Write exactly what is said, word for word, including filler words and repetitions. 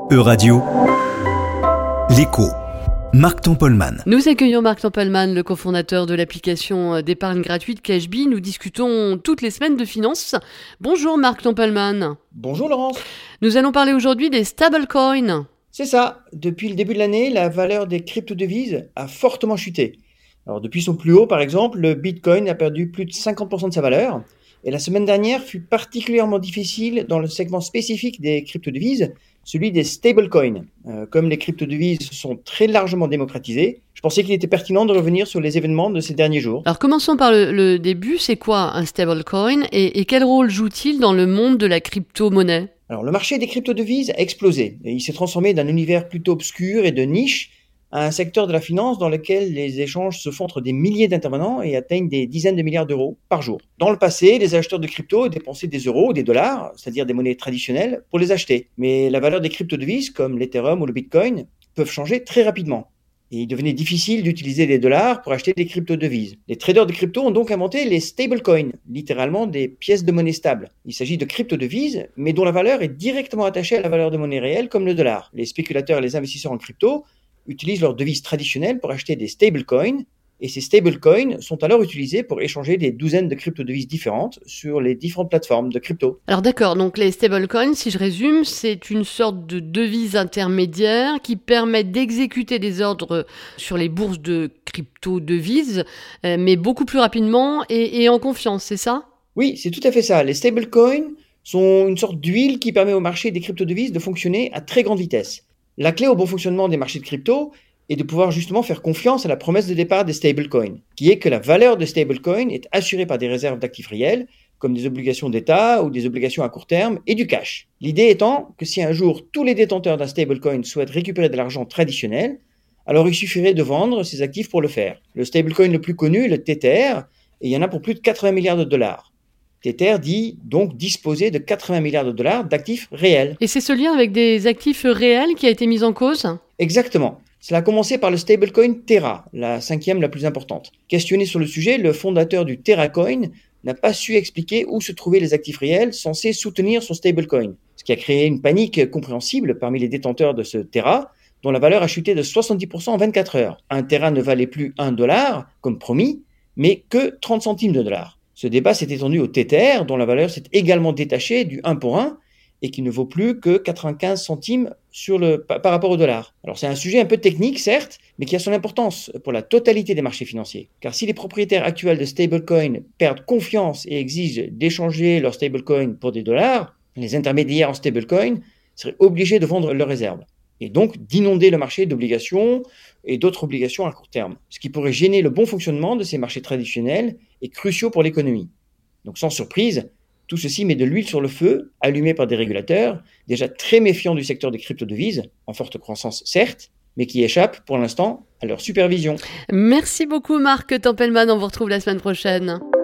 Euradio, l'écho. Marc Tempelman. Nous accueillons Marc Tempelman, le cofondateur de l'application d'épargne gratuite Cashbee. Nous discutons toutes les semaines de finances. Bonjour Marc Tempelman. Bonjour Laurence. Nous allons parler aujourd'hui des stablecoins. C'est ça. Depuis le début de l'année, la valeur des crypto-devises a fortement chuté. Alors depuis son plus haut, par exemple, le Bitcoin a perdu plus de cinquante pour cent de sa valeur. Et la semaine dernière fut particulièrement difficile dans le segment spécifique des crypto-devises, celui des stablecoins. Euh, comme les crypto-devises sont très largement démocratisées, je pensais qu'il était pertinent de revenir sur les événements de ces derniers jours. Alors commençons par le, le début. C'est quoi un stablecoin et, et quel rôle joue-t-il dans le monde de la crypto-monnaie ? Alors le marché des crypto-devises a explosé et il s'est transformé d'un univers plutôt obscur et de niche à un secteur de la finance dans lequel les échanges se font entre des milliers d'intervenants et atteignent des dizaines de milliards d'euros par jour. Dans le passé, les acheteurs de crypto dépensaient des euros ou des dollars, c'est-à-dire des monnaies traditionnelles, pour les acheter. Mais la valeur des crypto-devises, comme l'Ethereum ou le Bitcoin, peuvent changer très rapidement. Et il devenait difficile d'utiliser des dollars pour acheter des crypto-devises. Les traders de crypto ont donc inventé les stablecoins, littéralement des pièces de monnaie stable. Il s'agit de crypto-devises, mais dont la valeur est directement attachée à la valeur de monnaie réelle, comme le dollar. Les spéculateurs et les investisseurs en crypto utilisent leurs devises traditionnelles pour acheter des stablecoins, et ces stablecoins sont alors utilisés pour échanger des douzaines de crypto-devises différentes sur les différentes plateformes de crypto. Alors d'accord, donc les stablecoins, si je résume, c'est une sorte de devise intermédiaire qui permet d'exécuter des ordres sur les bourses de crypto-devises, euh, mais beaucoup plus rapidement et, et en confiance, c'est ça ? Oui, c'est tout à fait ça. Les stablecoins sont une sorte d'huile qui permet au marché des crypto-devises de fonctionner à très grande vitesse. La clé au bon fonctionnement des marchés de crypto est de pouvoir justement faire confiance à la promesse de départ des stablecoins, qui est que la valeur des stablecoins est assurée par des réserves d'actifs réels, comme des obligations d'État ou des obligations à court terme et du cash. L'idée étant que si un jour tous les détenteurs d'un stablecoin souhaitent récupérer de l'argent traditionnel, alors il suffirait de vendre ces actifs pour le faire. Le stablecoin le plus connu est le Tether, et il y en a pour plus de quatre-vingts milliards de dollars. Tether dit donc disposer de quatre-vingts milliards de dollars d'actifs réels. Et c'est ce lien avec des actifs réels qui a été mis en cause ? Exactement. Cela a commencé par le stablecoin Terra, la cinquième la plus importante. Questionné sur le sujet, le fondateur du TerraCoin n'a pas su expliquer où se trouvaient les actifs réels censés soutenir son stablecoin, ce qui a créé une panique compréhensible parmi les détenteurs de ce Terra, dont la valeur a chuté de soixante-dix pour cent en vingt-quatre heures. Un Terra ne valait plus un dollar, comme promis, mais que trente centimes de dollars. Ce débat s'est étendu au Tether, dont la valeur s'est également détachée du un pour un et qui ne vaut plus que quatre-vingt-quinze centimes sur le, par rapport au dollar. Alors c'est un sujet un peu technique, certes, mais qui a son importance pour la totalité des marchés financiers. Car si les propriétaires actuels de stablecoins perdent confiance et exigent d'échanger leurs stablecoins pour des dollars, les intermédiaires en stablecoin seraient obligés de vendre leurs réserves et donc d'inonder le marché d'obligations et d'autres obligations à court terme, ce qui pourrait gêner le bon fonctionnement de ces marchés traditionnels et cruciaux pour l'économie. Donc sans surprise, tout ceci met de l'huile sur le feu, allumé par des régulateurs, déjà très méfiants du secteur des crypto-devises, en forte croissance certes, mais qui échappent pour l'instant à leur supervision. Merci beaucoup Marc Tempelman, on vous retrouve la semaine prochaine.